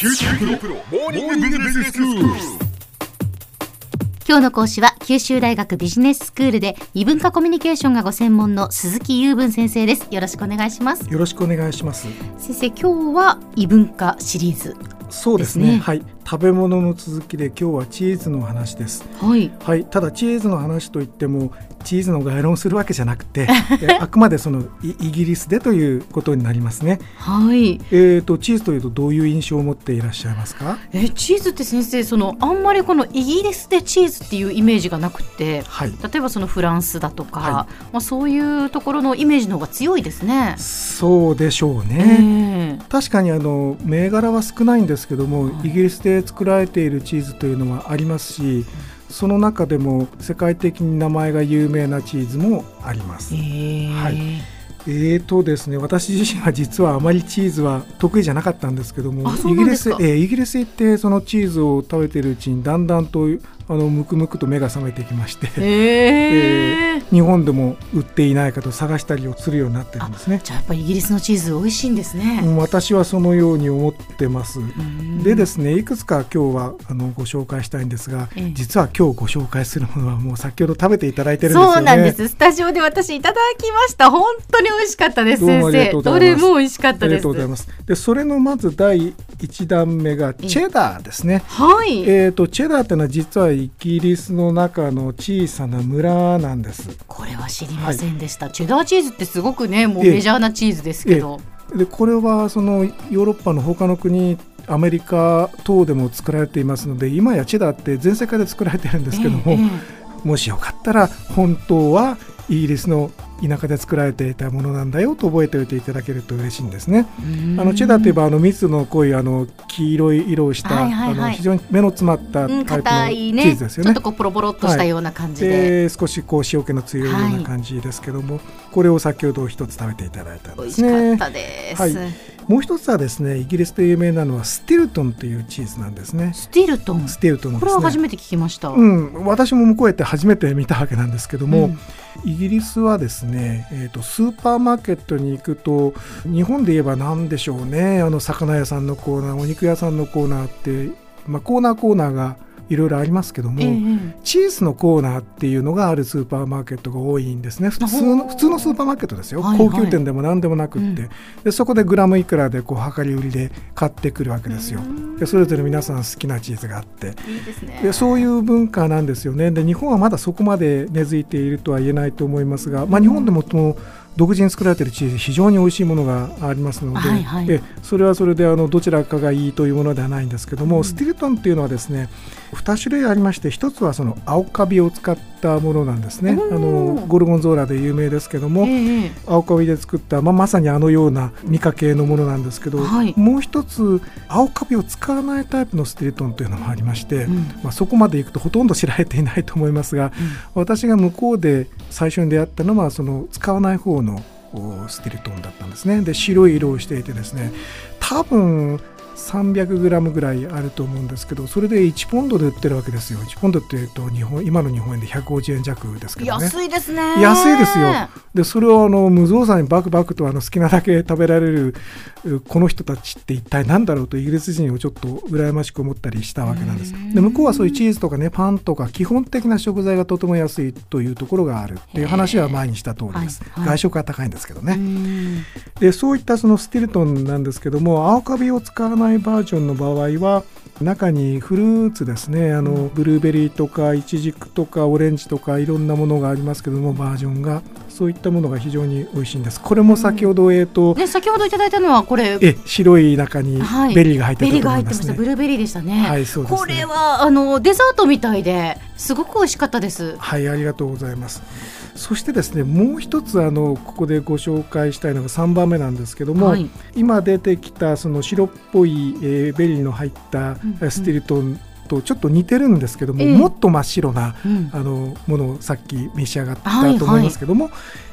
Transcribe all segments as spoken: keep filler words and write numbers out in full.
九州大学モーニングビジネススクール。 今日の講師は九州大学ビジネススクールで異文化コミュニケーションがご専門の鈴木雄文先生です。よろしくお願いします。 よろしくお願いします。 先生、今日は異文化シリーズですね。 そうですね、はい、食べ物の続きで今日はチーズの話です。 はい、はい、 ただチーズの話といってもチーズの概論するわけじゃなくてあくまでそのイギリスでということになりますね。 はい、 えーと、チーズというとどういう印象を持っていらっしゃいますか？ えチーズって先生、そのあんまりこのイギリスでチーズっていうイメージがなくて、はい、例えばそのフランスだとか、はい、まあ、そういうところのイメージの方が強いですね。 そうでしょうね、えー、確かにあの銘柄は少ないんですけども、はい、イギリスで作られているチーズというのはありますし、その中でも世界的に名前が有名なチーズもあります。えーはい、えーとですね、私自身は実はあまりチーズは得意じゃなかったんですけども、イギリス、えー、イギリス行ってそのチーズを食べているうちにだんだんとあのむくむくと目が覚めてきまして、えーえー、日本でも売っていないかと探したりをするようになってるんですね。 じゃあやっぱりイギリスのチーズ美味しいんですね。 うん、私はそのように思ってます。でですね、いくつか今日はあのご紹介したいんですが、えー、実は今日ご紹介するものはもう先ほど食べていただいてるんですよね。 そうなんです。スタジオで私いただきました。本当に美味しかったです。先生、どれも美味しかったです。ありがとうございます。 でそれのまず第一弾目がチェダーですね。 はい、 えーと、チェダーってのは実はイギリスの中の小さな村なんです。 これは知りませんでした、はい、チェダーチーズってすごくね、もうメジャーなチーズですけど、 えー、でこれはそのヨーロッパの他の国、アメリカ等でも作られていますので、今やチェダーって全世界で作られてるんですけども、えーえー、もしよかったら本当はイギリスの田舎で作られていたものなんだよと覚えておいていただけると嬉しいんですね。あのチェダーといえばあの蜜の濃いあの黄色い色をした、はいはいはい、あの非常に目の詰まったタイプのチーズですよね。 ちょっとこうポロポロっとしたような感じで、はい、 で少しこう塩気の強いような感じですけども、はい、これを先ほど一つ食べていただいたんですね。 美味しかったです。はい、 もう一つはですね、イギリスで有名なのはスティルトンというチーズなんですね。 スティルトン、 スティルトンですね。 これは初めて聞きました。 うん、私も向こうへって初めて見たわけなんですけども、うん、イギリスはですね、えーと、スーパーマーケットに行くと、日本で言えば何でしょうね、あの魚屋さんのコーナー、お肉屋さんのコーナーって、まあ、コーナーコーナーがいろいろありますけども、えー、チーズのコーナーっていうのがあるスーパーマーケットが多いんですね。普通の、普通のスーパーマーケットですよ、はいはい、高級店でも何でもなくって、うん、でそこでグラムいくらでこう量り売りで買ってくるわけですよ。でそれぞれ皆さん好きなチーズがあって、 いいですね。 でそういう文化なんですよね。で日本はまだそこまで根付いているとは言えないと思いますが、まあ、日本でももう独自に作られているチーズ、非常に美味しいものがありますので、はいはい、えそれはそれであのどちらかがいいというものではないんですけども、うん、スティルトンっていうのはですね、に種類ありまして、一つはその青カビを使ったものなんですね。あのゴルゴンゾーラで有名ですけども、えー、青カビで作った、まあ、まさにあのような見かけのものなんですけど、はい、もう一つ青カビを使わないタイプのスティルトンというのもありまして、うん、まあ、そこまでいくとほとんど知られていないと思いますが、うん、私が向こうで最初に出会ったのはその使わない方のスティルトンだったんですね。で白い色をしていてですね、多分さんびゃくグラムぐらいあると思うんですけど、それでいちポンドで売ってるわけですよ。いちポンドっていうと日本今の日本円でひゃくごじゅうえん弱ですけどね。 安いですね。 安いですよ。でそれをあの無造作にバクバクとあの好きなだけ食べられるこの人たちって一体何だろうと、イギリス人をちょっと羨ましく思ったりしたわけなんです。で向こうはそういうチーズとかね、パンとか基本的な食材がとても安いというところがあるっていう話は前にした通りです。はいはい、外食は高いんですけどね。でそういったそのスティルトンなんですけども、青カビを使わないバージョンの場合は中にフルーツですね、あのブルーベリーとかイチジクとかオレンジとかいろんなものがありますけども、バージョンがそういったものが非常に美味しいんです。これも先ほど、うん、えーとね、先ほどいただいたのはこれえ白い中にベリーが入ってたと思いますね。ベリーが入ってました。 ブルーベリーでしたね。 はい、そうですね。 これはあのデザートみたいですごく美味しかったです。 はい、ありがとうございます。そしてですね、もう一つあのここでご紹介したいのがさんばんめなんですけども、はい、今出てきたその白っぽい、えー、ベリーの入ったスティルトンとちょっと似てるんですけども、えー、もっと真っ白な、うん、あのものをさっき召し上がったと思いますけども、はいはい、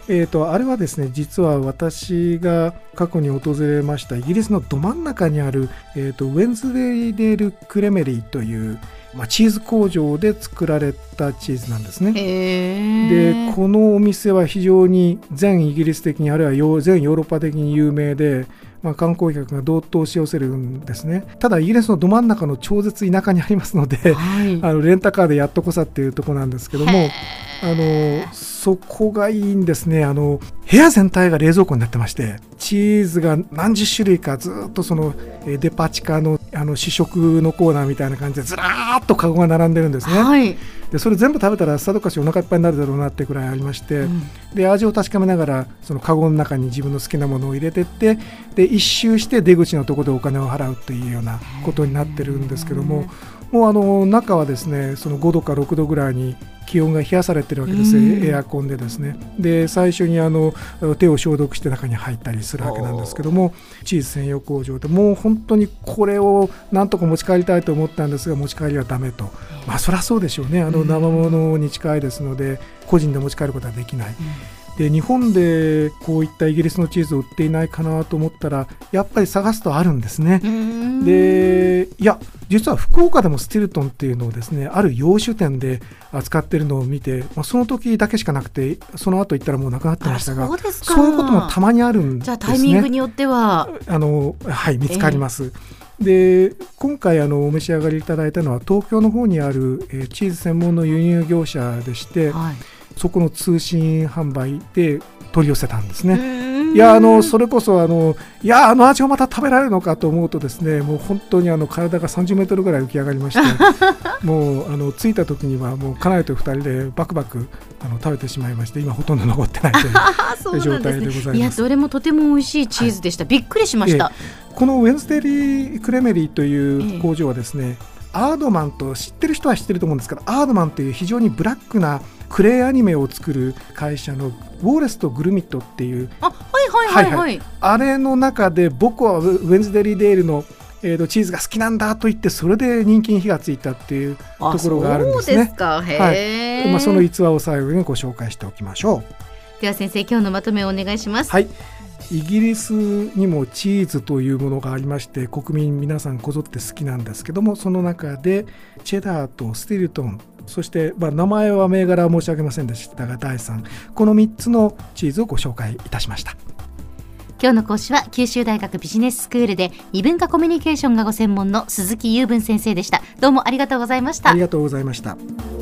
えーと、あれはですね、実は私が過去に訪れましたイギリスのど真ん中にある、えーと、ウェンズデリデール・クレメリーという、まあ、チーズ工場で作られたチーズなんですね。で、このお店は非常に全イギリス的に、あるいは全ヨーロッパ的に有名で、まあ、観光客が同等し寄せるんですね。ただイギリスのど真ん中の超絶田舎にありますので、はい、あのレンタカーでやっとこさっていうところなんですけども、あのそこがいいんですね。あの部屋全体が冷蔵庫になってまして、チーズが何十種類かずっとそのデパ地下 の, あの試食のコーナーみたいな感じでずらーっとカゴが並んでるんですね。はい、でそれ全部食べたらさぞかしお腹いっぱいになるだろうなってくらいありまして、うん、で味を確かめながらそのカゴの中に自分の好きなものを入れてって、で一周して出口のところでお金を払うというようなことになってるんですけども、もうあの中はですね、そのごどかろくどぐらいに気温が冷やされてるわけです、エアコンでですね。で最初にあの手を消毒して中に入ったりするわけなんですけども、チーズ専用工場でもう本当にこれをなんとか持ち帰りたいと思ったんですが、持ち帰りはダメと。まあそりゃそうでしょうね。あの生物に近いですので個人で持ち帰ることはできない。で日本でこういったイギリスのチーズを売っていないかなと思ったら、やっぱり探すとあるんですね。でいや実は福岡でもスティルトンっていうのをですね、ある洋酒店で扱ってるのを見て、まあ、その時だけしかなくて、その後行ったらもうなくなってましたが、 そうですか。そういうこともたまにあるんですね。 じゃあタイミングによってはあの、はい、見つかります。えー、で今回あのお召し上がりいただいたのは東京の方にある、えー、チーズ専門の輸入業者でして、はい、そこの通信販売で取り寄せたんですね。いやあのそれこそあのいやあの味をまた食べられるのかと思うとですね、もう本当にあの体がさんじゅうメートルぐらい浮き上がりましてもうあの着いた時にはもう家内とふたりでバクバクあの食べてしまいまして、今ほとんど残ってないという状態でございます。 いやどれもとても美味しいチーズでした、はい、びっくりしました。 えー、このウェンズデリー・クレメリーという工場はですね、えー、アードマンと知ってる人は知ってると思うんですけど、アードマンという非常にブラックなクレイアニメを作る会社のウォーレスとグルミットっていう、 あ、はいはいはいはい、はい、 あれの中で僕はウェンズデリーデールの、えー、とチーズが好きなんだと言って、それで人気に火がついたっていうところがあるんですね。 そうですか。へー、 はい、まあ、その逸話を最後にご紹介しておきましょう。では先生、今日のまとめをお願いします。 はい、イギリスにもチーズというものがありまして、国民皆さんこぞって好きなんですけども、その中でチェダーとスティルトン、そして、まあ、名前は銘柄は申し上げませんでしたがだいさん、このみっつのチーズをご紹介いたしました。 今日の講師は九州大学ビジネススクールで異文化コミュニケーションがご専門の鈴木雄文先生でした。どうもありがとうございました。 ありがとうございました。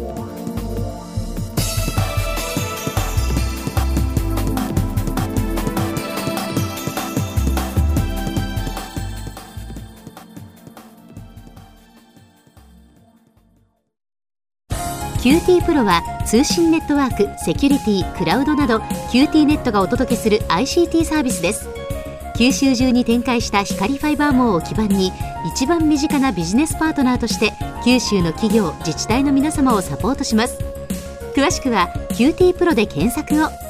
キューティー プロは通信ネットワーク、セキュリティ、クラウドなど キューティー ネットがお届けする アイシーティー サービスです。九州中に展開した光ファイバー網を基盤に、一番身近なビジネスパートナーとして九州の企業、自治体の皆様をサポートします。詳しくは キューティー プロで検索を。